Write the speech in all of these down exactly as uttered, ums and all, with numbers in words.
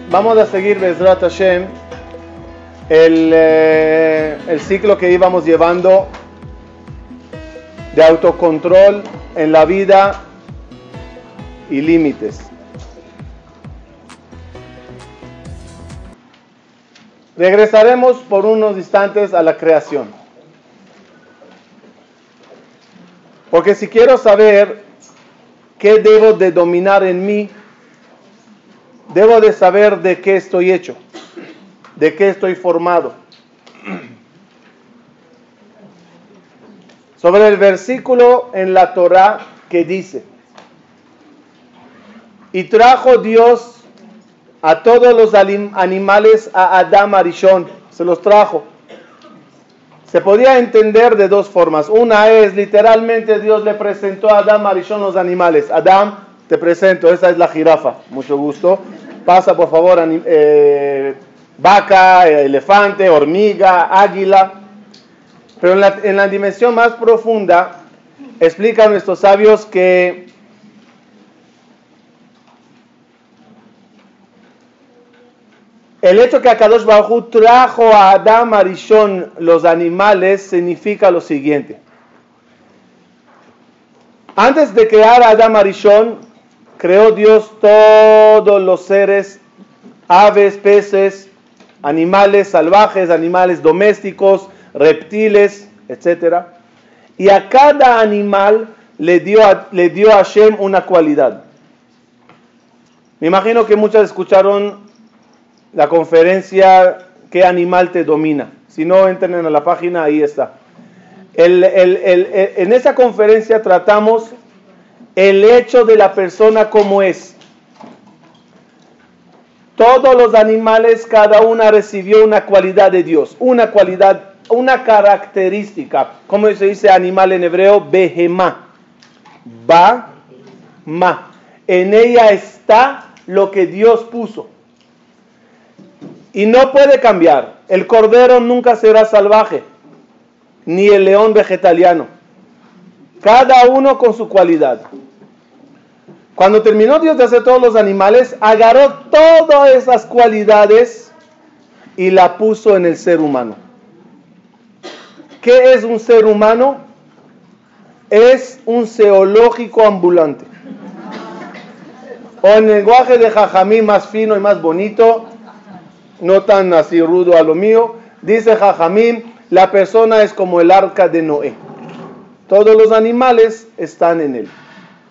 Vamos a seguir, Bezrat Hashem, el, eh, el ciclo que íbamos llevando de autocontrol en la vida y límites. Regresaremos por unos instantes a la creación. Porque si quiero saber qué debo de dominar en mí, debo de saber de qué estoy hecho, de qué estoy formado. Sobre el versículo en la Torá que dice: y trajo Dios a todos los animales a Adam Arishon, se los trajo. Se podía entender de dos formas. Una es, literalmente, Dios le presentó a Adam Arishon los animales. Adam, te presento, esa es la jirafa, mucho gusto. Pasa, por favor, eh, vaca, elefante, hormiga, águila. Pero en la, en la dimensión más profunda, explican nuestros sabios que el hecho que Akadosh Baruj Hu trajo a Adam Arishon los animales significa lo siguiente. Antes de crear a Adam Arishon, creó Dios todos los seres, aves, peces, animales salvajes, animales domésticos, reptiles, etcétera. Y a cada animal le dio a, le dio a Hashem una cualidad. Me imagino que muchos escucharon la conferencia ¿qué animal te domina? Si no, entren en la página, ahí está. El, el, el, el, en esa conferencia tratamos el hecho de la persona como es. Todos los animales, cada una recibió una cualidad de Dios, una cualidad, una característica. ¿Cómo se dice animal en hebreo? Behemá. Ba, ma. En ella está lo que Dios puso. Y no puede cambiar. El cordero nunca será salvaje, ni el león vegetariano. Cada uno con su cualidad. Cuando terminó Dios de hacer todos los animales, agarró todas esas cualidades y la puso en el ser humano. ¿Qué es un ser humano? Es un zoológico ambulante. O en lenguaje de Jajamí más fino y más bonito, no tan así rudo a lo mío, dice Jajamim, la persona es como el arca de Noé. Todos los animales están en él.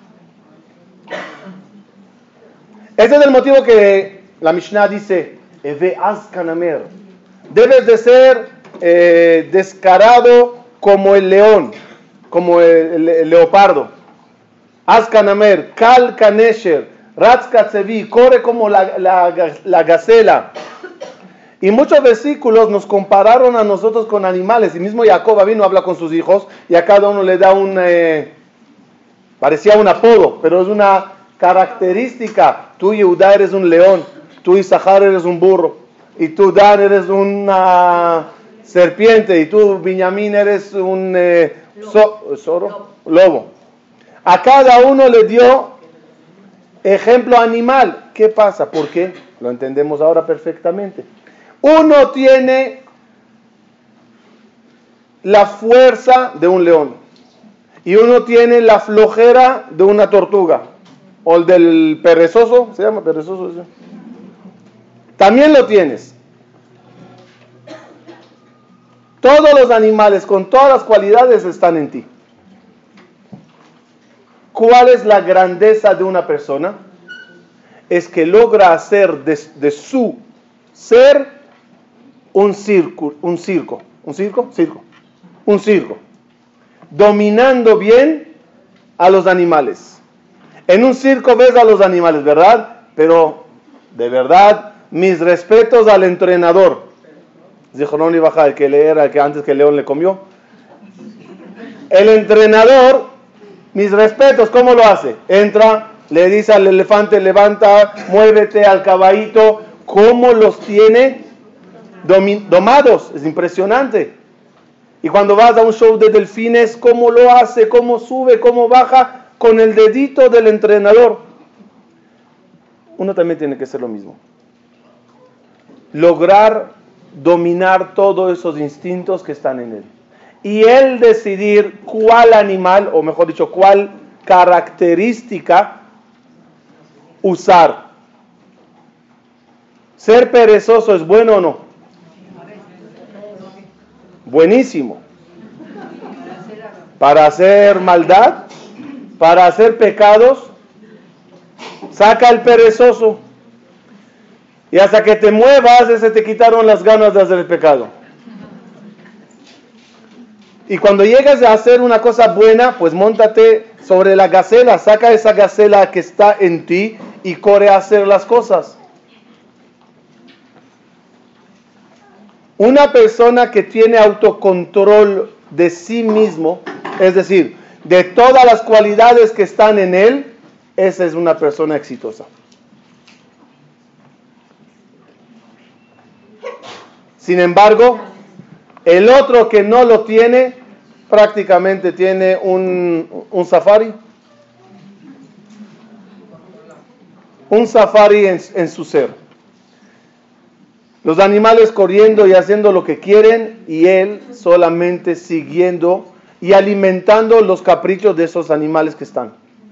Ese es el motivo que la Mishnah dice, Eve Azkanamer, debes de ser eh, descarado como el león, como el, el, el leopardo. Azkanamer, Kal Kanesher, Ratzkatzevi, corre como la, la, la gacela. Y muchos versículos nos compararon a nosotros con animales. Y mismo Jacob vino, habla con sus hijos y a cada uno le da un, eh, parecía un apodo, pero es una característica. Tú, Yehuda, eres un león. Tú, Isahar, eres un burro. Y tú, Dan, eres una serpiente. Y tú, Binyamin, eres un eh, so, ¿soro? lobo. A cada uno le dio ejemplo animal. ¿Qué pasa? ¿Por qué? Lo entendemos ahora perfectamente. Uno tiene la fuerza de un león y uno tiene la flojera de una tortuga o el del perezoso, se llama perezoso, ¿sí? También lo tienes. Todos los animales con todas las cualidades están en ti. ¿Cuál es la grandeza de una persona? Es que logra hacer de, de su ser un circo, un circo, un circo, circo, un circo, dominando bien a los animales. En un circo ves a los animales, ¿verdad? Pero, de verdad, mis respetos al entrenador. Dijo, no, ni baja, el que le era, el que antes que el león le comió. El entrenador, mis respetos, ¿cómo lo hace? Entra, le dice al elefante, levanta, muévete, al caballito, ¿cómo los tiene domados? Es impresionante. Y cuando vas a un show de delfines, ¿cómo lo hace? ¿Cómo sube? ¿Cómo baja? Con el dedito del entrenador. Uno también tiene que hacer lo mismo. lograr dominar todos esos instintos que están en él. Y él decidir cuál animal, o mejor dicho, cuál característica usar. ¿Ser perezoso es bueno o no? Buenísimo. Para hacer maldad, para hacer pecados, saca el perezoso. Y hasta que te muevas, se te quitaron las ganas de hacer el pecado. Y cuando llegas a hacer una cosa buena, pues móntate sobre la gacela, saca esa gacela que está en ti y corre a hacer las cosas. Una persona que tiene autocontrol de sí mismo, es decir, de todas las cualidades que están en él, esa es una persona exitosa. Sin embargo, el otro que no lo tiene, prácticamente tiene un, un safari. Un safari en, en su ser. Los animales corriendo y haciendo lo que quieren y él solamente siguiendo y alimentando los caprichos de esos animales que están.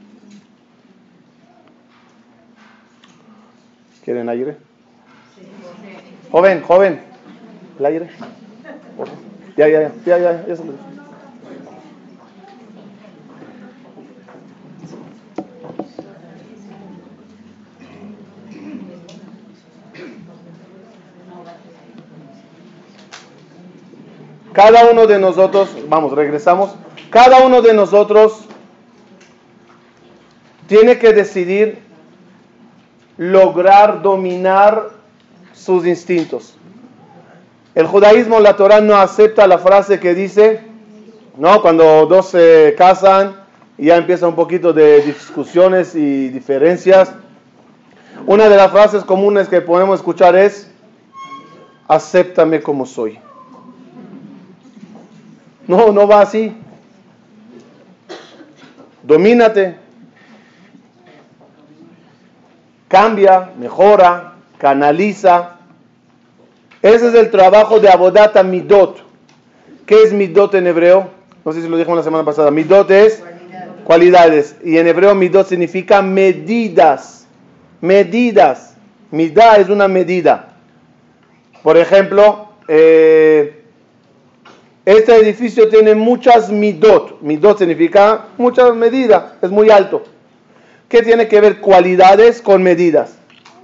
¿Quieren aire? Joven, joven. ¿El aire? Ya, ya, ya, ya, ya, ya se lo digo. Cada uno de nosotros, vamos, regresamos. Cada uno de nosotros tiene que decidir lograr dominar sus instintos. El judaísmo, la Torah no acepta la frase que dice, no, cuando dos se casan y ya empieza un poquito de discusiones y diferencias. Una de las frases comunes que podemos escuchar es, acéptame como soy. No, no va así. Domínate. Cambia, mejora, canaliza. Ese es el trabajo de Avodat Midot. ¿Qué es Midot en hebreo? No sé si lo dijimos la semana pasada. Midot es cualidades. cualidades. Y en hebreo Midot significa medidas. Medidas. Midá es una medida. Por ejemplo, eh, este edificio tiene muchas midot. Midot significa muchas medidas. Es muy alto. ¿Qué tiene que ver cualidades con medidas?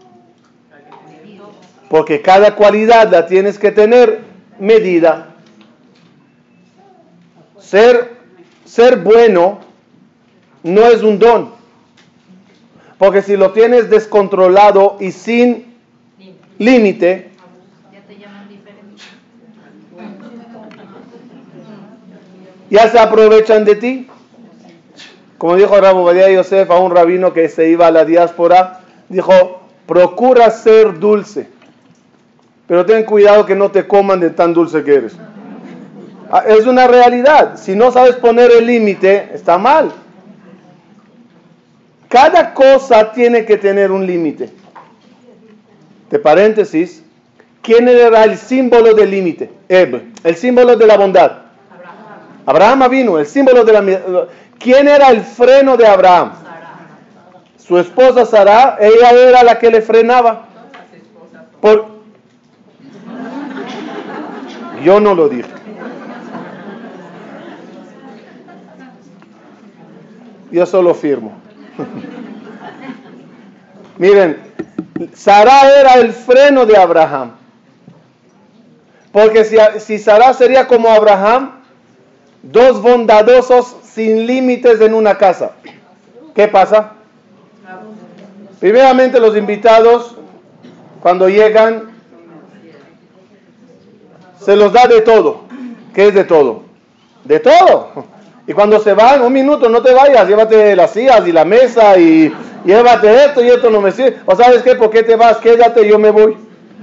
Porque cada cualidad la tienes que tener medida. Ser, ser bueno no es un don. Porque si lo tienes descontrolado y sin límite, ya se aprovechan de ti. Como dijo Rab Ovadia Yosef a un rabino que se iba a la diáspora, dijo, procura ser dulce, pero ten cuidado que no te coman de tan dulce que eres. Es una realidad. Si no sabes poner el límite, está mal. Cada cosa tiene que tener un límite. De paréntesis, ¿quién era el símbolo del límite? El símbolo de la bondad. Abraham vino, el símbolo de la... ¿Quién era el freno de Abraham? Su esposa Sara, ella era la que le frenaba. Por... Yo no lo dije. Yo solo firmo. Miren, Sara era el freno de Abraham. Porque si, si Sara sería como Abraham, dos bondadosos sin límites en una casa. ¿Qué pasa? Primeramente los invitados, cuando llegan, se los da de todo. ¿Qué es de todo? De todo. Y cuando se van, un minuto, no te vayas, llévate las sillas y la mesa y llévate esto y esto no me sirve. ¿O sabes qué? ¿Por qué te vas? Quédate, yo me voy.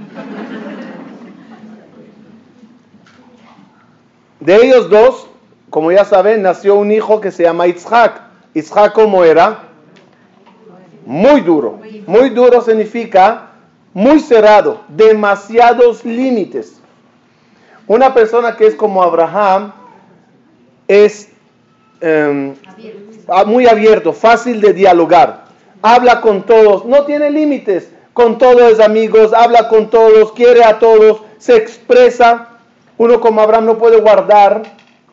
De ellos dos, como ya saben, nació un hijo que se llama Yitzhak. Yitzhak, ¿cómo era? Muy duro. Muy duro significa muy cerrado, demasiados límites. Una persona que es como Abraham es eh, muy abierto, fácil de dialogar, habla con todos, no tiene límites, con todos es amigos, habla con todos, quiere a todos, se expresa. Uno como Abraham no puede guardar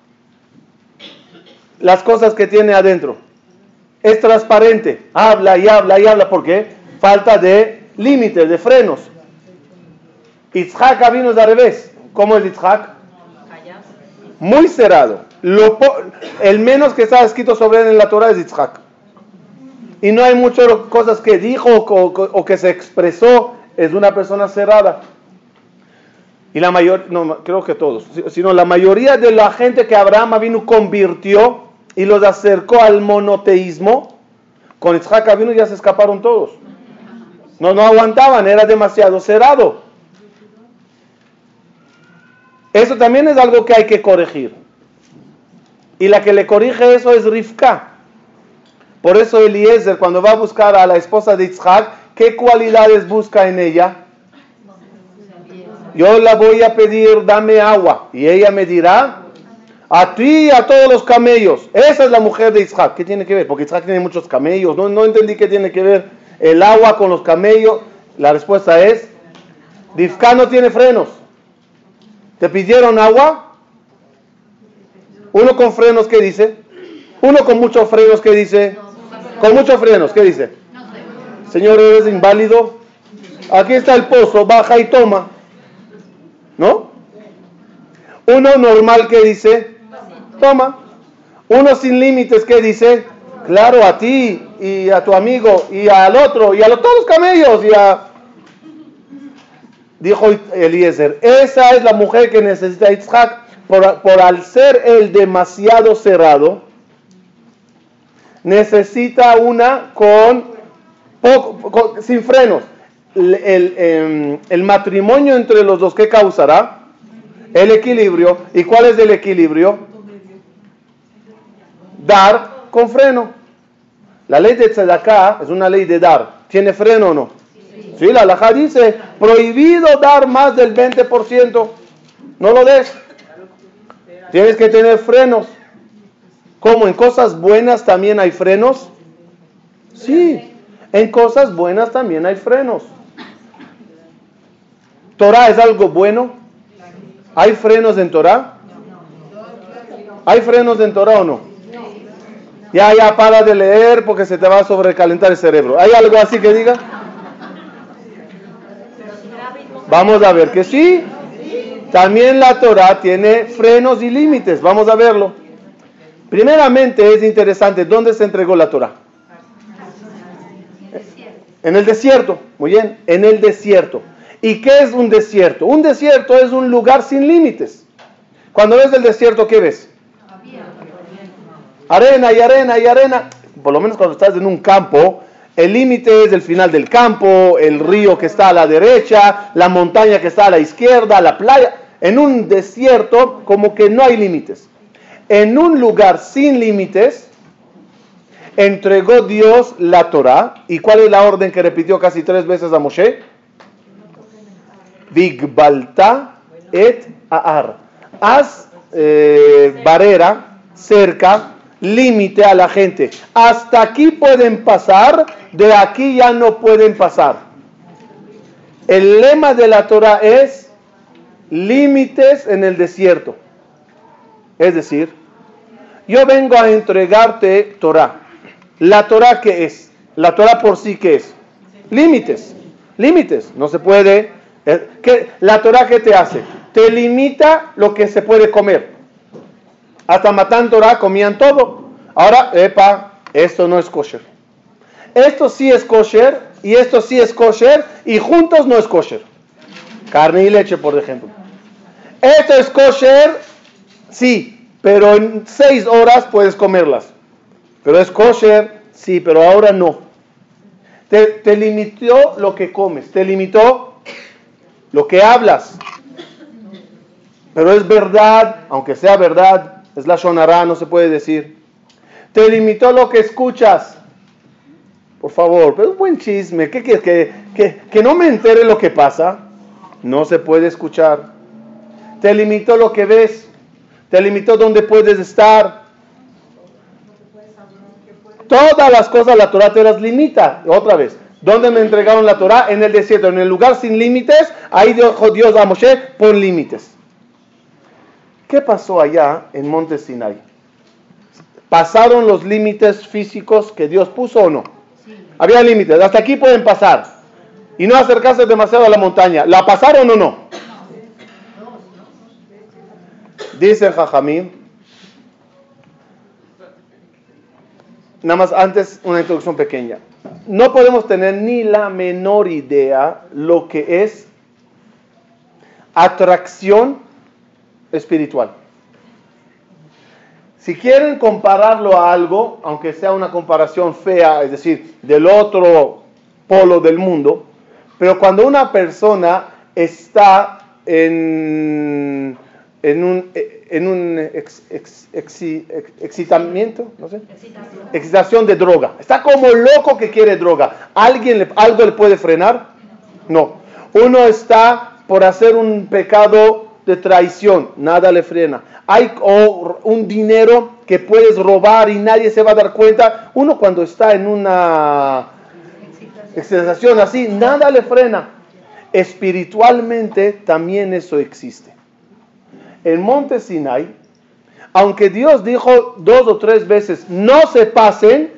las cosas que tiene adentro. Es transparente, habla y habla y habla. ¿Por qué? Falta de límites, de frenos. Yitzhak Avinu es al revés. ¿Cómo es Yitzhak? Muy cerrado. Lo po- el menos que está escrito sobre él en la Torah es Yitzhak. Y no hay muchas cosas que dijo o, o, o que se expresó. Es una persona cerrada. Y la mayor, no, creo que todos, sino la mayoría de la gente que Abraham Avinu convirtió y los acercó al monoteísmo, con Yitzhak Avinu ya se escaparon todos. No, no aguantaban, era demasiado cerrado. Eso también es algo que hay que corregir. Y la que le corrige eso es Rivka. Por eso Eliezer, cuando va a buscar a la esposa de Yitzhak, ¿qué cualidades busca en ella? Yo la voy a pedir, dame agua. Y ella me dirá, a ti y a todos los camellos. Esa es la mujer de Yitzhak. ¿Qué tiene que ver? Porque Yitzhak tiene muchos camellos. No, no entendí qué tiene que ver el agua con los camellos. La respuesta es, Rivka no tiene frenos. ¿Te pidieron agua? Uno con frenos, ¿qué dice? Uno con muchos frenos, ¿qué dice? Con muchos frenos, ¿qué dice? Señor, eres inválido. Aquí está el pozo, baja y toma. ¿No? Uno normal, ¿qué dice? Toma. Uno sin límites, ¿qué dice? Claro, a ti y a tu amigo y al otro y a los, todos los camellos y a... Dijo Eliezer, esa es la mujer que necesita Yitzhak por, por al ser él demasiado cerrado, necesita una con, poco, con sin frenos. El, el, el, el matrimonio entre los dos, ¿qué causará? El equilibrio. ¿Y cuál es el equilibrio? Dar con freno. La ley de Tzedakah es una ley de dar. ¿Tiene freno o no? Sí, la halajá dice, prohibido dar más del veinte por ciento. No lo des. Tienes que tener frenos. ¿Cómo? ¿En cosas buenas también hay frenos? Sí, en cosas buenas también hay frenos. ¿Torah es algo bueno? ¿Hay frenos en Torah? ¿Hay frenos en Torah o no? Ya, ya, para de leer porque se te va a sobrecalentar el cerebro. ¿Hay algo así que diga? Vamos a ver que sí. También la Torah tiene frenos y límites. Vamos a verlo. Primeramente es interesante, ¿dónde se entregó la Torah? En el desierto. Muy bien, en el desierto. ¿Y qué es un desierto? Un desierto es un lugar sin límites. Cuando ves el desierto, ¿qué ves? Arena y arena y arena. Por lo menos cuando estás en un campo, el límite es el final del campo, el río que está a la derecha, la montaña que está a la izquierda, la playa. En un desierto, como que no hay límites. En un lugar sin límites, entregó Dios la Torah. ¿Y cuál es la orden que repitió casi tres veces a Moshe? Vigbalta et aar. Haz eh, barrera, cerca, límite a la gente. Hasta aquí pueden pasar, de aquí ya no pueden pasar. El lema de la Torah es límites en el desierto. Es decir, yo vengo a entregarte Torah. ¿La Torah qué es? La Torah por sí, ¿qué es? Límites. Límites. No se puede... ¿Qué? ¿La Torah qué te hace? Te limita lo que se puede comer. Hasta Matán Torah comían todo. Ahora, epa, esto no es kosher. Esto sí es kosher y esto sí es kosher y juntos no es kosher. Carne y leche, por ejemplo. Esto es kosher, sí, pero en seis horas puedes comerlas. Pero es kosher, sí, pero ahora no. Te, te limitó lo que comes, te limitó lo que hablas. Pero es verdad, aunque sea verdad, es lashon hará, no se puede decir. Te limitó lo que escuchas. por favor, pero es buen chisme, ¿qué quieres? ¿Que, que, que no me entere lo que pasa? No se puede escuchar. Te limitó lo que ves, te limitó dónde puedes estar. Todas las cosas la Torah te las limita. Otra vez, ¿dónde me entregaron la Torah? En el desierto, en el lugar sin límites. Ahí dijo Dios a Moshe, pon límites. ¿Qué pasó allá en Monte Sinai? ¿Pasaron los límites físicos que Dios puso o no? Sí. Había límites, hasta aquí pueden pasar. Y no acercarse demasiado a la montaña. ¿La pasaron o no? Dice Jajamín. Nada más antes una introducción pequeña. No podemos tener ni la menor idea lo que es atracción espiritual. Si quieren compararlo a algo, aunque sea una comparación fea, es decir, del otro polo del mundo, pero cuando una persona está en, en un, en un ex, ex, ex, ex, excitamiento, no sé, excitación. excitación de droga, está como loco que quiere droga, ¿alguien le, algo le puede frenar? No. Uno está por hacer un pecado de traición, nada le frena. Hay oh, un dinero que puedes robar y nadie se va a dar cuenta. Uno cuando está en una excitación así, nada le frena. Espiritualmente también eso existe. En Monte Sinai, aunque Dios dijo dos o tres veces, no se pasen,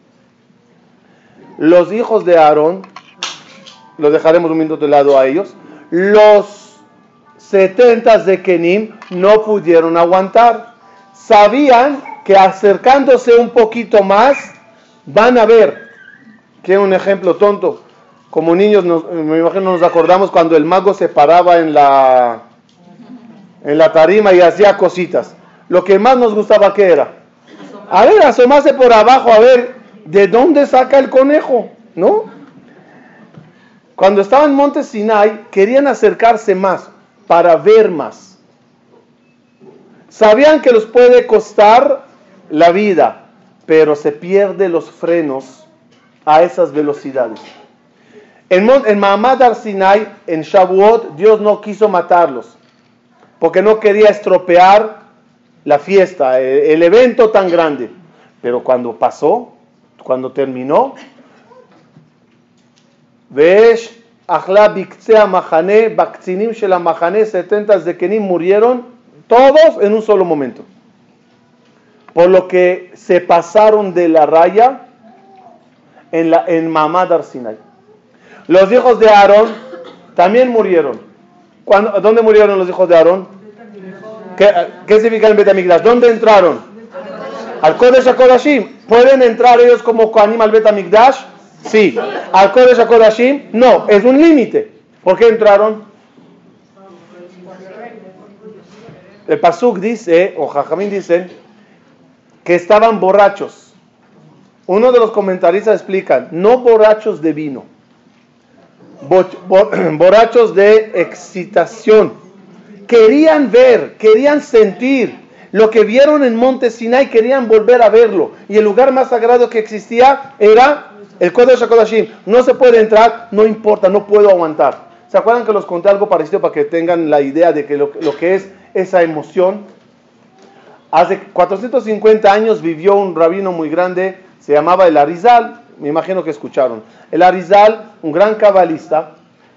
los hijos de Aarón, los dejaremos un minuto de lado a ellos, los setenta de Kenim no pudieron aguantar. Sabían que acercándose un poquito más van a ver, que un ejemplo tonto, como niños nos, me imagino nos acordamos cuando el mago se paraba en la en la tarima y hacía cositas. Lo que más nos gustaba, ¿qué era? A ver, asomarse por abajo a ver de dónde saca el conejo, ¿no? Cuando estaban en Monte Sinai querían acercarse más para ver más. Sabían que les puede costar la vida, pero se pierden los frenos a esas velocidades. En, en Mahamad Har Sinai, en Shavuot, Dios no quiso matarlos, porque no quería estropear la fiesta, el, el evento tan grande. Pero cuando pasó, cuando terminó, Vesh Achla Biktsea Mahane, Baktsinim Shela Mahane, setenta de Kenim murieron todos en un solo momento. Por lo que se pasaron de la raya en, la, en Mahamad Har Sinai. Los hijos de Aarón también murieron. ¿Cuándo, ¿Dónde murieron los hijos de Aarón? ¿Qué, ¿Qué significa el Bet HaMikdash? ¿Dónde entraron? Al Kodesh HaKodashim. ¿Pueden entrar ellos como Kohanim al Bet HaMikdash? Sí. ¿Al Kodesh HaKodashim? No, es un límite. ¿Por qué entraron? El Pasuk dice, o Jajamín dicen, que estaban borrachos. Uno de los comentaristas explica, no borrachos de vino, bo, bo, borrachos de excitación. Querían ver, querían sentir lo que vieron en Monte Sinai, querían volver a verlo. Y el lugar más sagrado que existía era el Kodesh HaKodashim. No se puede entrar, no importa, no puedo aguantar. ¿Se acuerdan que los conté algo parecido para que tengan la idea de que lo, lo que es esa emoción? Hace cuatrocientos cincuenta años vivió un rabino muy grande, se llamaba el Arizal, me imagino que escucharon. El Arizal, un gran cabalista,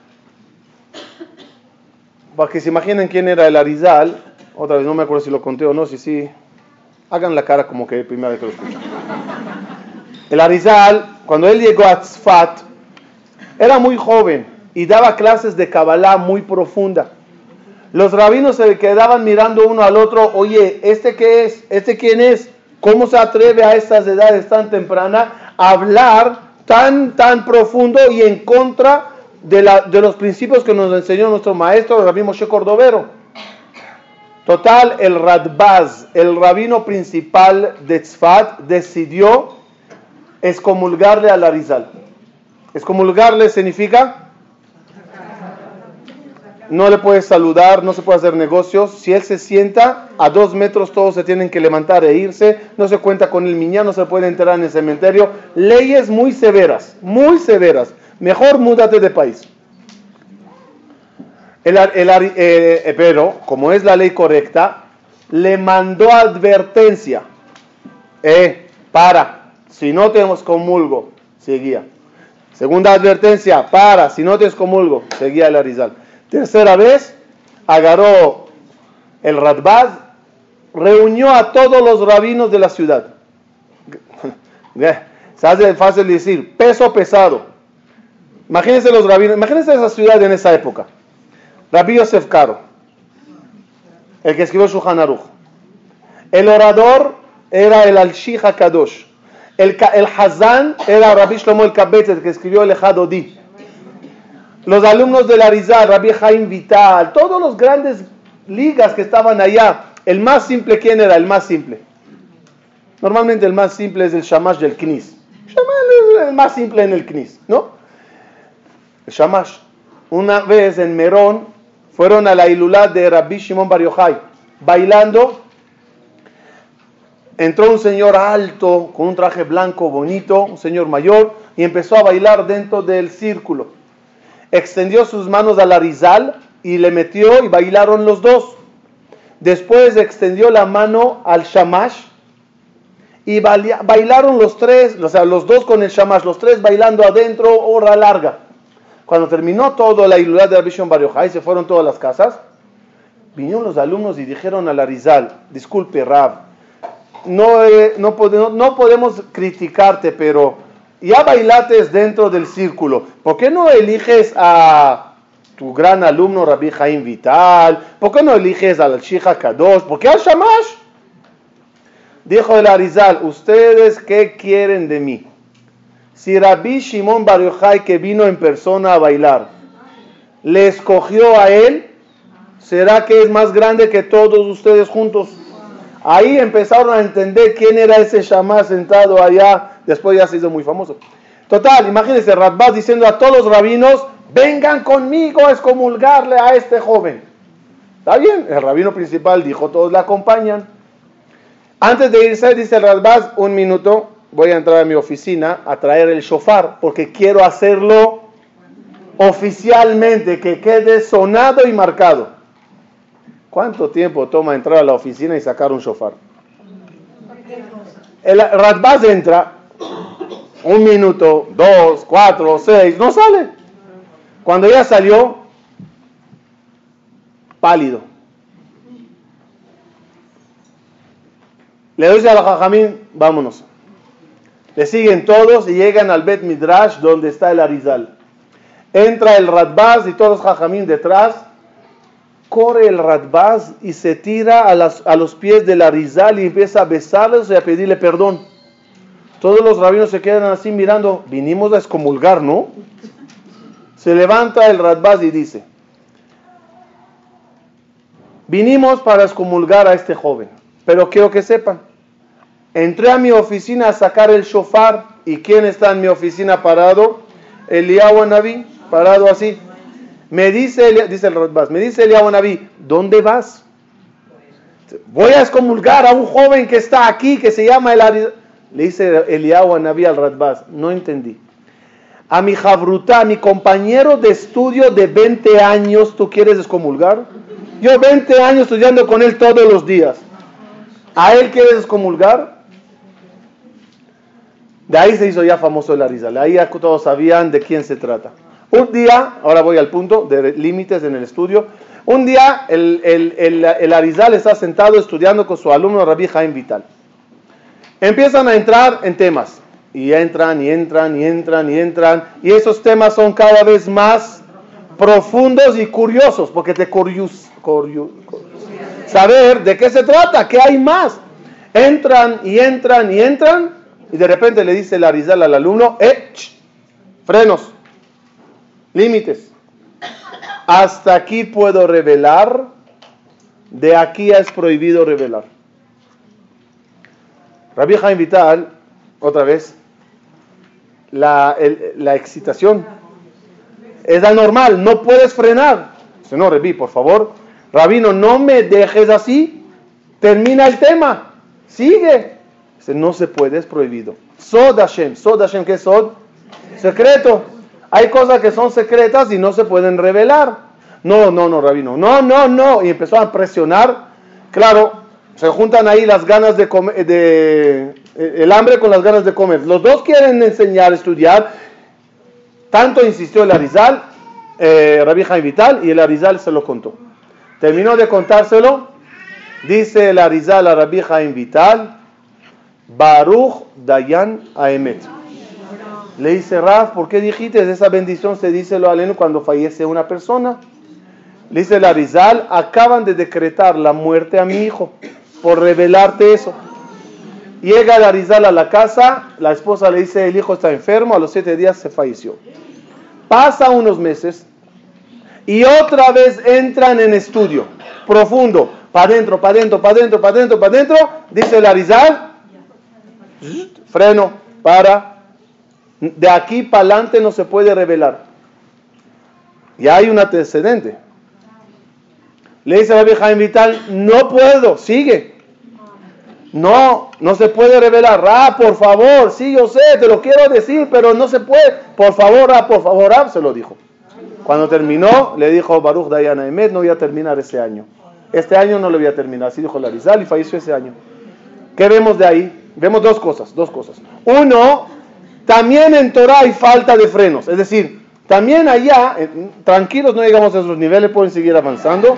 para que se imaginen quién era el Arizal, otra vez no me acuerdo si lo conté o no, si sí, hagan la cara como que primera vez que lo escuchan. El Arizal, cuando él llegó a Tzfat, era muy joven y daba clases de Kabbalah muy profunda. Los rabinos se quedaban mirando uno al otro, oye, ¿este qué es? ¿Este quién es? ¿Cómo se atreve a estas edades tan tempranas a hablar tan, tan profundo y en contra de, la, de los principios que nos enseñó nuestro maestro, el Rabbi Moshe Cordovero? Total, el Radbaz, el rabino principal de Tzfat, decidió excomulgarle al Arizal. Excomulgarle significa no le puedes saludar, no se puede hacer negocios. Si él se sienta, a dos metros todos se tienen que levantar e irse. No se cuenta con el miñán, no se puede enterrar en el cementerio. Leyes muy severas, muy severas. Mejor múdate de país. El, el, el, eh, pero, como es la ley correcta, le mandó advertencia. Eh, para, si no te excomulgo, seguía. Segunda advertencia, para, si no te excomulgo, seguía el Arizal. Tercera vez, agarró el Radbaz, reunió a todos los rabinos de la ciudad. Se hace fácil decir, peso pesado. Imagínense los rabinos, imagínense esa ciudad en esa época. Rabbi Yosef Karo, el que escribió Shulchan Aruch. El orador era el Al-Shich HaKadosh. El, el Hazán era Rabbi Shlomo el Kabetz, el que escribió el Echad Odi. Los alumnos del Arizal, Rabbi Chaim Vital, todos los grandes ligas que estaban allá. El más simple, ¿quién era? El más simple. Normalmente el más simple es el Shamash del Knis. Shamash es el más simple en el Knis, ¿no? El Shamash. Una vez en Merón, fueron a la Ilulá de Rabbi Shimon Bar Yochai, bailando. Entró un señor alto, con un traje blanco bonito, un señor mayor, y empezó a bailar dentro del círculo. Extendió sus manos al Arizal y le metió y bailaron los dos. Después extendió la mano al Shamash y bailaron los tres, o sea, los dos con el Shamash, los tres bailando adentro, hora larga. Cuando terminó todo la ilulá de Rabbi Shimon Bar Yochai, se fueron todas las casas, vinieron los alumnos y dijeron al Arizal, disculpe Rab, no, eh, no, no, no podemos criticarte, pero ya bailates dentro del círculo, ¿por qué no eliges a tu gran alumno Rabbi Chaim Vital? ¿Por qué no eliges al Al-Shich HaKadosh? ¿Por qué al Shamash? Dijo el Arizal, ¿ustedes qué quieren de mí? Si Rabbi Shimon Bar Yochai, que vino en persona a bailar, le escogió a él, ¿será que es más grande que todos ustedes juntos? Ahí empezaron a entender quién era ese Shamash sentado allá. Después ya se hizo muy famoso. Total, imagínense, Radbaz diciendo a todos los rabinos, vengan conmigo a excomulgarle a este joven. Está bien, el rabino principal dijo, todos le acompañan. Antes de irse, dice el Radbaz, un minuto, voy a entrar a mi oficina a traer el shofar, porque quiero hacerlo oficialmente, que quede sonado y marcado. ¿Cuánto tiempo toma entrar a la oficina y sacar un shofar? El Radbaz entra, un minuto, dos, cuatro, seis, no sale. Cuando ya salió, pálido. Le dice a la Jajamín, vámonos. Le siguen todos y llegan al Bet Midrash donde está el Arizal. Entra el Radbaz y todos los Jajamín detrás. Corre el Radbaz y se tira a, las, a los pies del Arizal y empieza a besarles y a pedirle perdón. Todos los rabinos se quedan así mirando. Vinimos a excomulgar, ¿no? Se levanta el Radbaz y dice, vinimos para excomulgar a este joven, pero quiero que sepan, entré a mi oficina a sacar el shofar, ¿y quién está en mi oficina parado? Eliyahu Anabí, parado así. Me dice, dice el Radbaz, me dice Eliyahu Anabí, ¿dónde vas? Voy a excomulgar a un joven que está aquí, que se llama el Arizal. Le dice Eliyahu Anabí al Radbaz, no entendí. A mi jabrutá, a mi compañero de estudio de veinte años, ¿tú quieres excomulgar? Yo veinte años estudiando con él todos los días. ¿A él quieres excomulgar? De ahí se hizo ya famoso el Arizal. Ahí ya todos sabían de quién se trata. Un día, ahora voy al punto de límites en el estudio. Un día el, el, el, el Arizal está sentado estudiando con su alumno Rabbi Chaim Vital. Empiezan a entrar en temas. Y entran, y entran, y entran, y entran. Y esos temas son cada vez más profundos y curiosos. Porque te curios, curios, saber de qué se trata, qué hay más. Entran, y entran, y entran. Y de repente le dice el Arizal al alumno, eh, ch, frenos. Límites. Hasta aquí puedo revelar, de aquí es prohibido revelar. Rabbi Chaim Vital, otra vez, la, el, la excitación es anormal, no puedes frenar. Dice, no, Rabí, por favor, Rabino, no me dejes así, termina el tema, sigue. Dice, no se puede, es prohibido. Sod Hashem, Sod Hashem, ¿qué es Sod? Secreto. Hay cosas que son secretas y no se pueden revelar. No, no, no, Rabino, no, no, no. Y empezó a presionar. Claro, se juntan ahí las ganas de comer, de, el hambre con las ganas de comer. Los dos quieren enseñar, estudiar. Tanto insistió el Arizal, eh, Rabbi Haim Vital, y el Arizal se lo contó. Terminó de contárselo. Dice el Arizal a Rabbi Haim Vital, Baruch Dayan Aemet. Le dice, Raf, ¿por qué dijiste esa bendición? Se dice lo aleno cuando fallece una persona. Le dice el Arizal, acaban de decretar la muerte a mi hijo por revelarte eso. Llega el Arizal a la casa, la esposa le dice, el hijo está enfermo, a los siete días se falleció. Pasa unos meses y otra vez entran en estudio profundo, para adentro, para adentro, para adentro, para adentro, para adentro. Dice el Arizal, freno, para. De aquí para adelante no se puede revelar. Ya hay un antecedente. Le dice a Rabbi Haim Vital, no puedo, sigue. No, no se puede revelar. Ra, por favor, sí, yo sé, te lo quiero decir, pero no se puede. Por favor, Ra, por favor, Ra, se lo dijo. Cuando terminó, le dijo Baruch Dayan Aemet, no voy a terminar ese año. Este año no lo voy a terminar, así dijo el Arizal y falleció ese año. ¿Qué vemos de ahí? Vemos dos cosas, dos cosas. Uno, también en Torah hay falta de frenos, es decir, también allá, eh, tranquilos, no llegamos a esos niveles, pueden seguir avanzando.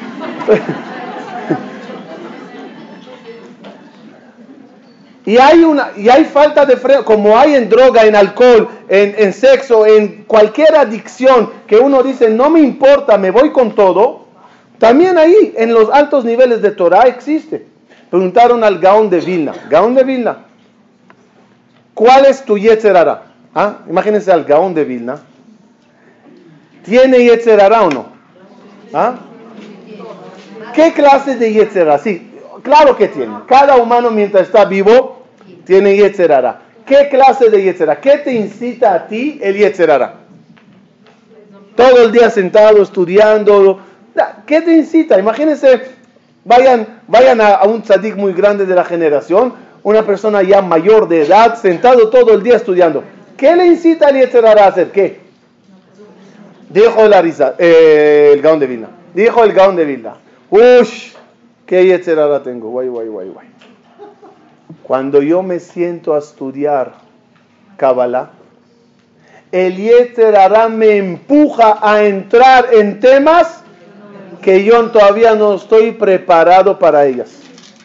y, hay una, y hay falta de frenos, como hay en droga, en alcohol, en, en sexo, en cualquier adicción, que uno dice, no me importa, me voy con todo, también ahí, en los altos niveles de Torah existe. Preguntaron al Gaón de Vilna, Gaón de Vilna, ¿cuál es tu Yetzer Hara? ¿Ah? Imagínense al Gaón de Vilna. ¿Tiene Yetzer Hara o no? ¿Ah? ¿Qué clase de Yetzer Hara? Sí, claro que tiene. Cada humano mientras está vivo tiene Yetzer Hara. ¿Qué clase de Yetzer Hara? ¿Qué te incita a ti el Yetzer Hara? Todo el día sentado, estudiando. ¿Qué te incita? Imagínense, vayan, vayan a, a un tzadik muy grande de la generación, una persona ya mayor de edad, sentado todo el día estudiando. ¿Qué le incita al Yetzer Hara a hacer? ¿Qué? Dijo el Arizal, eh, el Gaón de Vilna. Dijo el Gaón de Vilna. Ush, ¿qué Yetzer Hara tengo? Guay, guay, guay, guay. Cuando yo me siento a estudiar Kabbalah, el Yetzer Hara me empuja a entrar en temas que yo todavía no estoy preparado para ellas.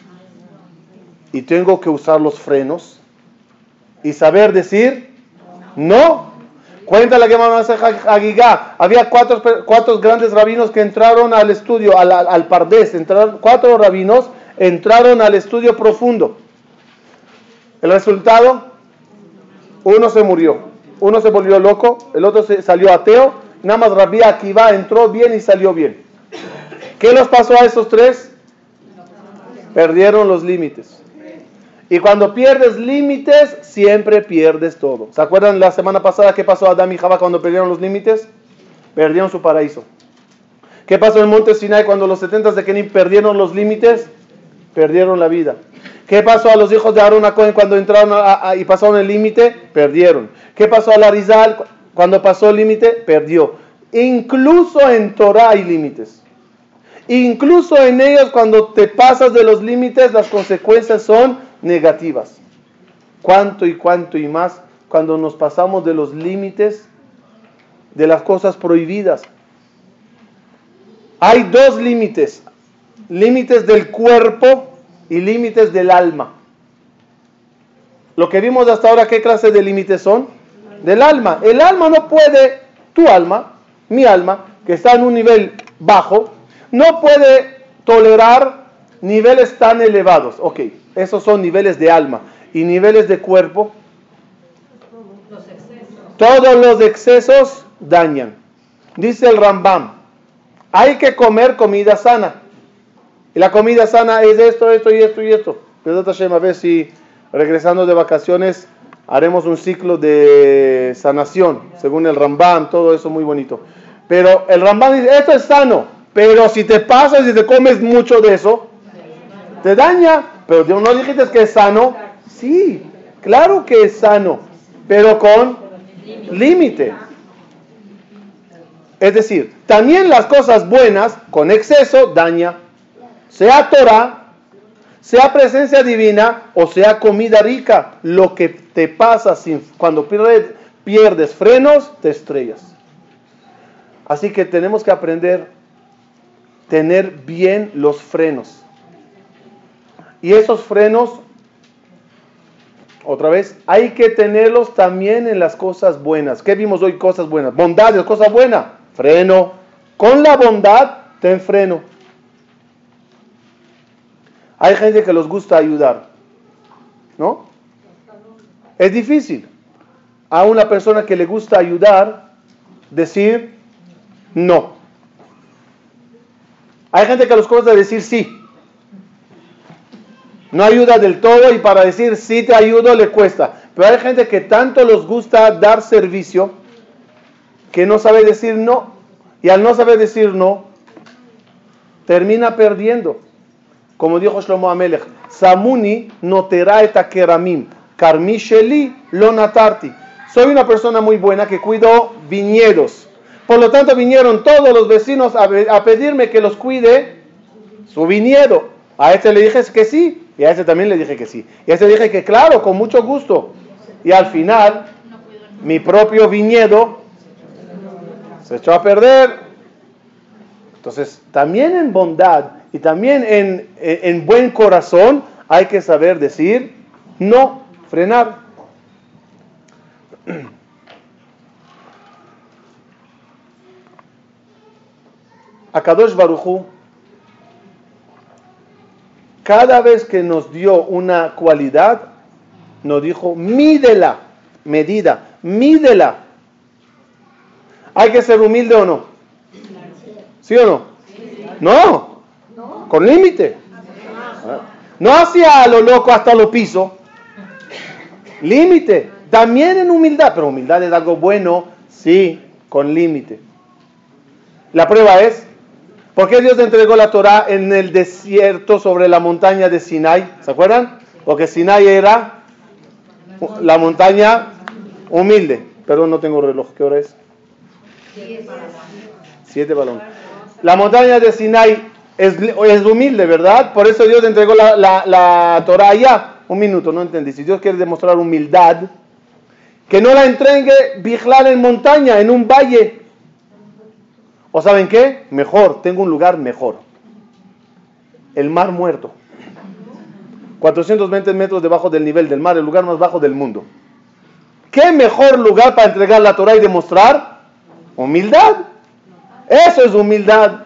Y tengo que usar los frenos y saber decir no. Cuenta la Gemara Hagigá, había cuatro, cuatro grandes rabinos que entraron al estudio, al, al, al Pardes, entraron, cuatro rabinos entraron al estudio profundo. El resultado, uno se murió, uno se volvió loco, el otro se salió ateo, nada más Rabbi Akiva entró bien y salió bien. ¿Qué les pasó a esos tres? Perdieron los límites. Y cuando pierdes límites, siempre pierdes todo. ¿Se acuerdan la semana pasada qué pasó a Adán y Jabá cuando perdieron los límites? Perdieron su paraíso. ¿Qué pasó en el monte Sinai cuando los setenta de Kenim perdieron los límites? Perdieron la vida. ¿Qué pasó a los hijos de Aarón a Cohen cuando entraron a, a, y pasaron el límite? Perdieron. ¿Qué pasó a la Arizal cuando pasó el límite? Perdió. Incluso en Torah hay límites. Incluso en ellos cuando te pasas de los límites, las consecuencias son negativas. Cuánto y cuánto y más cuando nos pasamos de los límites de las cosas prohibidas. Hay dos límites, límites del cuerpo y límites del alma. Lo que vimos hasta ahora, ¿qué clase de límites son? Del alma. El alma no puede, tu alma, mi alma, que está en un nivel bajo, no puede tolerar niveles tan elevados. Ok, esos son niveles de alma. ¿Y niveles de cuerpo? Los excesos. Todos los excesos dañan. Dice el Rambam, hay que comer comida sana. Y la comida sana es esto, esto y esto y esto. A ver si regresando de vacaciones haremos un ciclo de sanación, según el Rambam, todo eso muy bonito. Pero el Rambam dice, esto es sano, pero si te pasas y te comes mucho de eso, te daña. Pero no dijiste que es sano. Sí, claro que es sano, pero con límite. Es decir, también las cosas buenas con exceso daña. Sea Torah, sea presencia divina o sea comida rica. Lo que te pasa sin, cuando pierdes, pierdes frenos, te estrellas. Así que tenemos que aprender a tener bien los frenos. Y esos frenos, otra vez, hay que tenerlos también en las cosas buenas. ¿Qué vimos hoy? Cosas buenas. Bondad es cosa buena. Freno. Con la bondad, ten freno. Hay gente que les gusta ayudar, ¿no? Es difícil a una persona que le gusta ayudar decir no. Hay gente que les cuesta decir sí. No ayuda del todo y para decir sí te ayudo le cuesta. Pero hay gente que tanto les gusta dar servicio que no sabe decir no. Y al no saber decir no, termina perdiendo. Como dijo Shlomo Amelech, Samuni notera et keramim, karmi sheli lo natarti. Soy una persona muy buena que cuido viñedos. Por lo tanto vinieron todos los vecinos a, a pedirme que los cuide su viñedo. A este le dije que sí, y a este también le dije que sí. Y a este le dije que claro, con mucho gusto. Y al final, mi propio viñedo se echó a perder. Entonces, también en bondad y también en, en, en buen corazón hay que saber decir no, frenar. Akadosh Baruj Hu, cada vez que nos dio una cualidad, nos dijo, mídela, medida, mídela. ¿Hay que ser humilde o no? ¿Sí o no? No, con límite. No hacia lo loco hasta lo piso. Límite, también en humildad, pero humildad es algo bueno, sí, con límite. La prueba es, ¿por qué Dios entregó la Torah en el desierto sobre la montaña de Sinai? ¿Se acuerdan? Porque Sinai era la montaña humilde. Perdón, no tengo reloj. ¿Qué hora es? Siete balones. La montaña de Sinai es, es humilde, ¿verdad? Por eso Dios entregó la, la, la Torah allá. Un minuto, no entendí. Si Dios quiere demostrar humildad, que no la entregue Bijlal en montaña, en un valle. ¿O saben qué? Mejor, tengo un lugar mejor. El Mar Muerto. cuatrocientos veinte metros debajo del nivel del mar, el lugar más bajo del mundo. ¿Qué mejor lugar para entregar la Torah y demostrar? Humildad. Eso es humildad.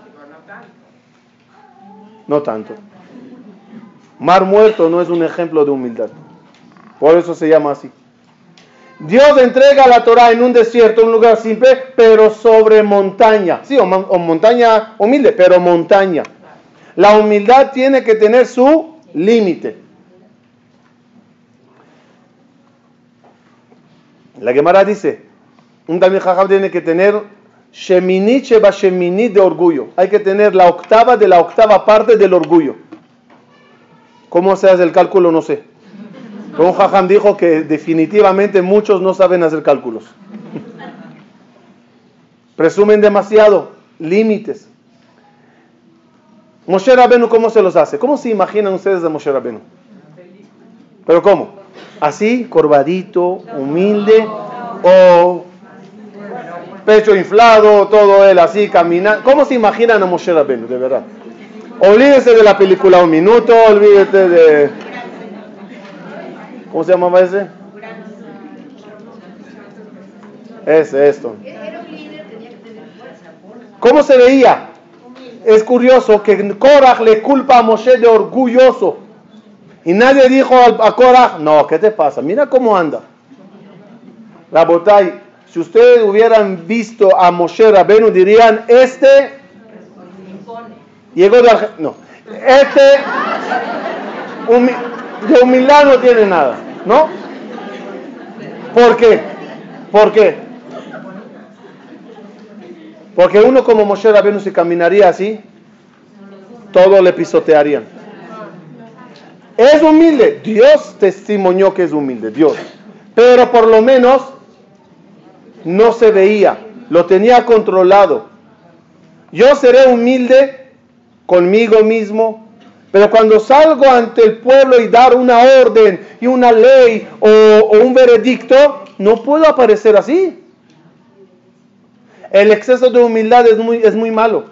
No tanto. Mar Muerto no es un ejemplo de humildad. Por eso se llama así. Dios entrega la Torah en un desierto, un lugar simple, pero sobre montaña. Sí, o, o montaña humilde, pero montaña. La humildad tiene que tener su límite. La Gemara dice, un Talmid Jajam tiene que tener Sheminit Sheba Sheminit de orgullo. Hay que tener la octava de la octava parte del orgullo. ¿Cómo se hace el cálculo? No sé. Pero un Jajam dijo que definitivamente muchos no saben hacer cálculos. Presumen demasiado. Límites. Moshe Rabenu, ¿cómo se los hace? ¿Cómo se imaginan ustedes a Moshe Rabenu? ¿Pero cómo? Así, corvadito, humilde, o pecho inflado, todo él así, caminando. ¿Cómo se imaginan a Moshe Rabenu, de verdad? Olvídese de la película Un Minuto, olvídese de... ¿Cómo se llamaba ese? Ese, esto. ¿Cómo se veía? Es curioso que Korach le culpa a Moshe de orgulloso. Y nadie dijo a Korach, no, ¿qué te pasa? Mira cómo anda. Rabotai, si ustedes hubieran visto a Moshe Rabenu, dirían, este llegó de Argentina. No, este humi- de humildad no tiene nada, ¿no? ¿Por qué? ¿Por qué? Porque uno como Moshe Rabbeinu, si caminaría así, todo le pisotearían. Es humilde. Dios testimonió que es humilde, Dios. Pero por lo menos no se veía, lo tenía controlado. Yo seré humilde conmigo mismo, pero cuando salgo ante el pueblo y dar una orden y una ley o, o un veredicto, no puedo aparecer así. El exceso de humildad es muy, es muy malo.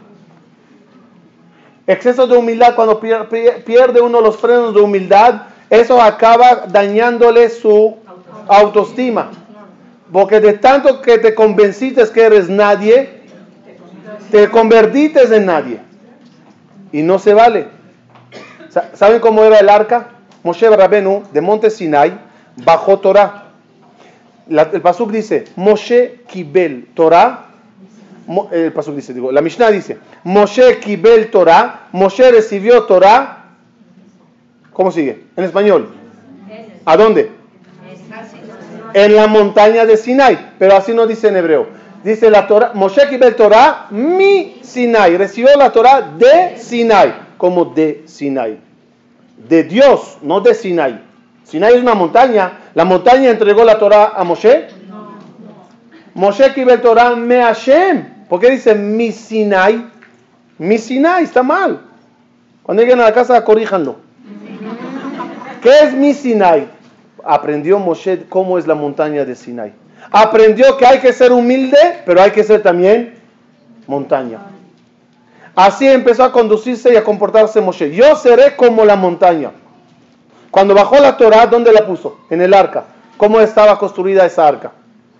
Exceso de humildad, cuando pierde uno los frenos de humildad, eso acaba dañándole su autoestima. Porque de tanto que te convenciste que eres nadie, te convertiste en nadie. Y no se vale. ¿Saben cómo era el arca? Moshe Rabbeinu, de Monte Sinai, bajó Torah. La, el pasuk dice, Moshe Kibel Torah. El pasuk dice, digo, la Mishnah dice, Moshe Kibel Torah. Moshe recibió Torah. ¿Cómo sigue? En español. ¿A dónde? En la montaña de Sinai. Pero así no dice en hebreo. Dice la Torah, Moshe Kibel Torah mi Sinai. Recibió la Torah de Sinai. Como de Sinai. De Dios, no de Sinai. Sinai es una montaña. ¿La montaña entregó la Torah a Moshe? Moshe Kibel Torah me Hashem. ¿Por qué dice mi Sinai? Mi Sinai, está mal. Cuando lleguen a la casa, corríjanlo. ¿Qué es mi Sinai? Aprendió Moshe cómo es la montaña de Sinai. Aprendió que hay que ser humilde, pero hay que ser también montaña. Así empezó a conducirse y a comportarse Moshe. Yo seré como la montaña. Cuando bajó la Torah, ¿dónde la puso? En el arca. ¿Cómo estaba construida esa arca?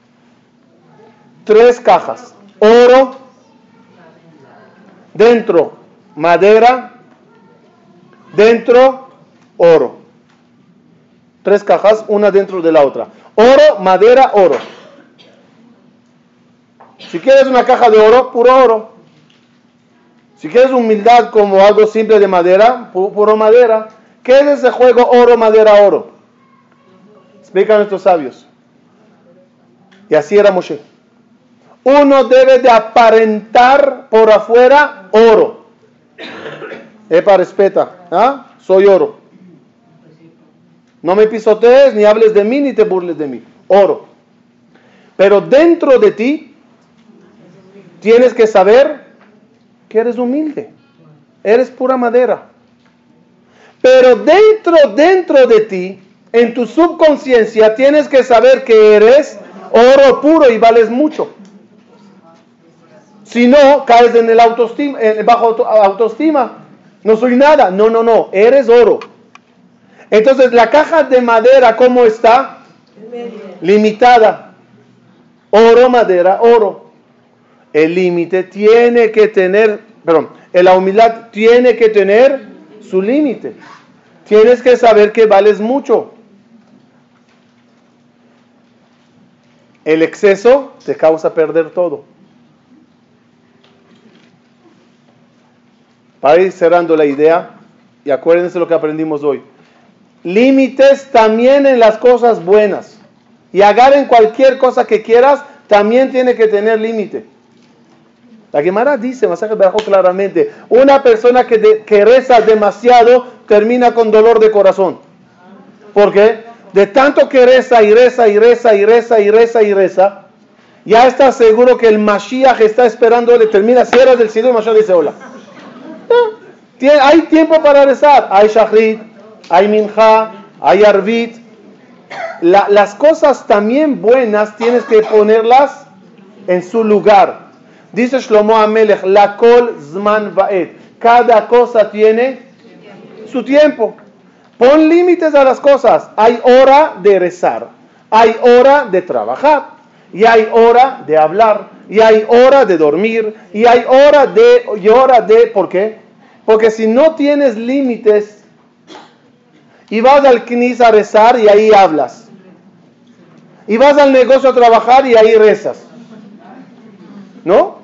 Tres cajas. Oro. Dentro, madera. Dentro, oro. Tres cajas, una dentro de la otra. Oro, madera, oro. Si quieres una caja de oro, puro oro. Si quieres humildad como algo simple de madera, pu- puro madera. ¿Qué es ese juego oro, madera, oro? Explican nuestros sabios. Y así era Moshe. Uno debe de aparentar por afuera oro. Epa, respeta. ¿Ah? Soy oro. No me pisotees, ni hables de mí, ni te burles de mí. Oro. Pero dentro de ti, tienes que saber que eres humilde. Eres pura madera. Pero dentro, dentro de ti, en tu subconsciencia, tienes que saber que eres oro puro y vales mucho. Si no, caes en el autoestima, en bajo autoestima. No soy nada. No, no, no. Eres oro. Entonces, la caja de madera, ¿cómo está? Limitada. Oro, madera, oro. El límite tiene que tener, perdón, la humildad tiene que tener su límite. Tienes que saber que vales mucho. El exceso te causa perder todo. Para ir cerrando la idea, y acuérdense lo que aprendimos hoy. Límites también en las cosas buenas. Y agarren cualquier cosa que quieras, también tiene que tener límite. La Gemara dice, Masaje Berajot claramente, una persona que, de, que reza demasiado termina con dolor de corazón. ¿Por qué? De tanto que reza y reza y reza y reza y reza y reza, ya está seguro que el Mashiach está esperando, le termina, cierras del cielo y Mashiach dice hola. ¿Eh? Hay tiempo para rezar. Hay Shachrit, hay Minja, hay Arvit. La, las cosas también buenas tienes que ponerlas en su lugar. Dice Shlomo Amelech, la kol zman va'et. Cada cosa tiene su tiempo. Pon límites a las cosas. Hay hora de rezar, hay hora de trabajar, y hay hora de hablar, y hay hora de dormir, y hay hora de, y hora de, ¿por qué? Porque si no tienes límites, y vas al knis a rezar, y ahí hablas, y vas al negocio a trabajar, y ahí rezas, ¿no?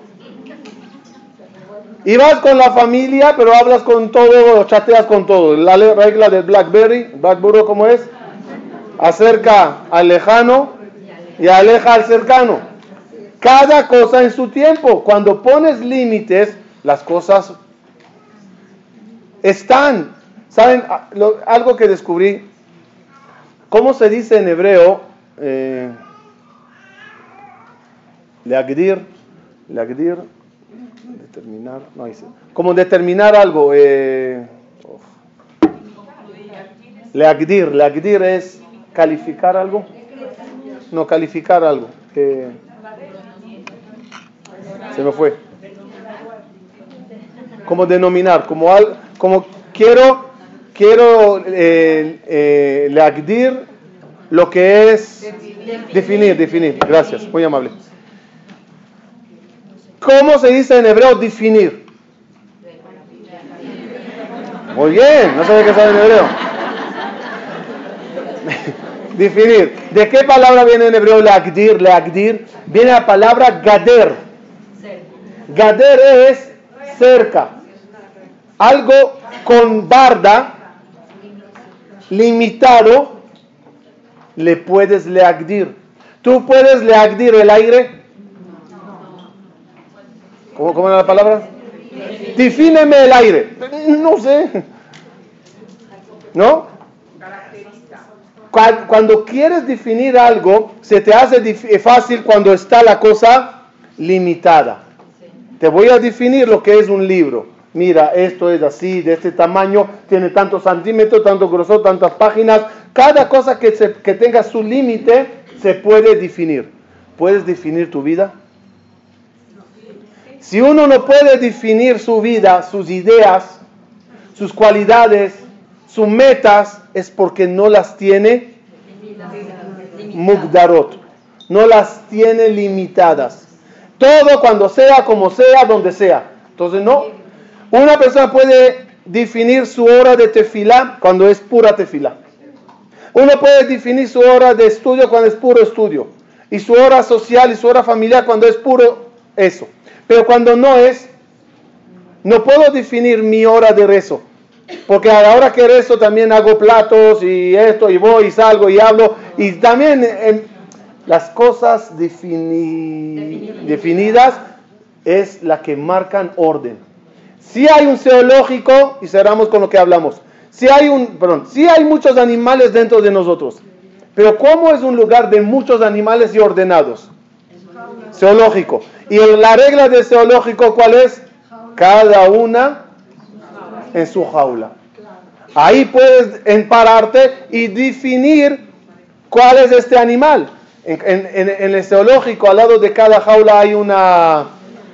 Y vas con la familia, pero hablas con todo, chateas con todo. La regla del Blackberry, Blackberry, ¿cómo es? Acerca al lejano y aleja al cercano. Cada cosa en su tiempo. Cuando pones límites, las cosas están. ¿Saben? Lo, algo que descubrí. ¿Cómo se dice en hebreo? Eh, leagdir. Leagdir. Determinar. No, dice. Como determinar algo. Eh, leagdir. Leagdir es calificar algo. No, calificar algo. Eh, se me fue. Como denominar. Como, al, como quiero... Quiero eh, eh, leagdir lo que es definir, definir. Gracias, muy amable. ¿Cómo se dice en hebreo definir? Muy bien, no sabe qué sabe en hebreo. Definir. ¿De qué palabra viene en hebreo leagdir? Leagdir viene la palabra gader. Gader es cerca. Algo con barda. Limitado, le puedes leagdir. ¿Tú puedes leagdir el aire? ¿Cómo, cómo era la palabra? Defíneme el aire. No sé. ¿No? Cuando quieres definir algo, se te hace fácil cuando está la cosa limitada. Te voy a definir lo que es un libro. Mira, esto es así, de este tamaño, tiene tantos centímetros, tanto grosor, tantas páginas. Cada cosa que, se, que tenga su límite se puede definir. ¿Puedes definir tu vida? Si uno no puede definir su vida, sus ideas, sus cualidades, sus metas, es porque no las tiene mugdarot, no las tiene limitadas. Todo cuando sea, como sea, donde sea. Entonces no. Una persona puede definir su hora de tefilá cuando es pura tefilá. Uno puede definir su hora de estudio cuando es puro estudio. Y su hora social y su hora familiar cuando es puro eso. Pero cuando no es, no puedo definir mi hora de rezo. Porque a la hora que rezo también hago platos y esto y voy y salgo y hablo. Y también eh, las cosas defini- definidas es la que marcan orden. Si hay un zoológico, y cerramos con lo que hablamos, si hay un, perdón, si hay muchos animales dentro de nosotros, pero ¿cómo es un lugar de muchos animales y ordenados? Zoológico. Y la regla del zoológico, ¿cuál es? Cada una en su jaula. Ahí puedes empararte y definir cuál es este animal. En, en, en el zoológico, al lado de cada jaula hay una...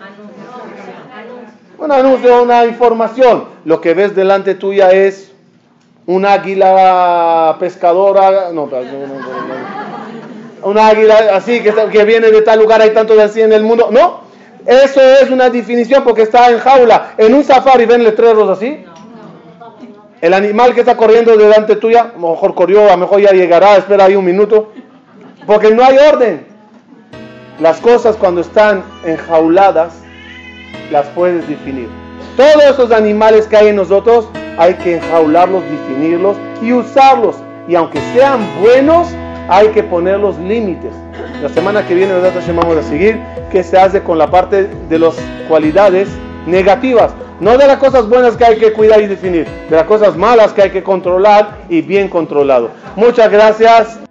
un anuncio, una información. Lo que ves delante tuya es un águila pescadora, no, no, no, no, no. Un águila así que, que viene de tal lugar, hay tantos así en el mundo. No, eso es una definición porque está en jaula. En un safari ven letreros así. El animal que está corriendo delante tuya, a lo mejor corrió, a lo mejor ya llegará, espera ahí un minuto. Porque no hay orden. Las cosas cuando están enjauladas, las puedes definir. Todos esos animales que hay en nosotros, hay que enjaularlos, definirlos y usarlos. Y aunque sean buenos, hay que poner los límites. La semana que viene, ¿verdad? Vamos a seguir qué se hace con la parte de las cualidades negativas. No de las cosas buenas que hay que cuidar y definir, de las cosas malas que hay que controlar y bien controlado. Muchas gracias.